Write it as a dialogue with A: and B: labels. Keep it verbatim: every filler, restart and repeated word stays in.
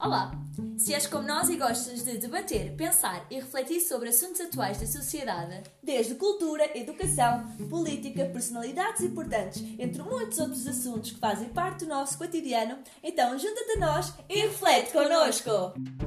A: Olá! Se és como nós e gostas de debater, pensar e refletir sobre assuntos atuais da sociedade,
B: desde cultura, educação, política, personalidades importantes, entre muitos outros assuntos que fazem parte do nosso cotidiano, então junta-te a nós e reflete connosco!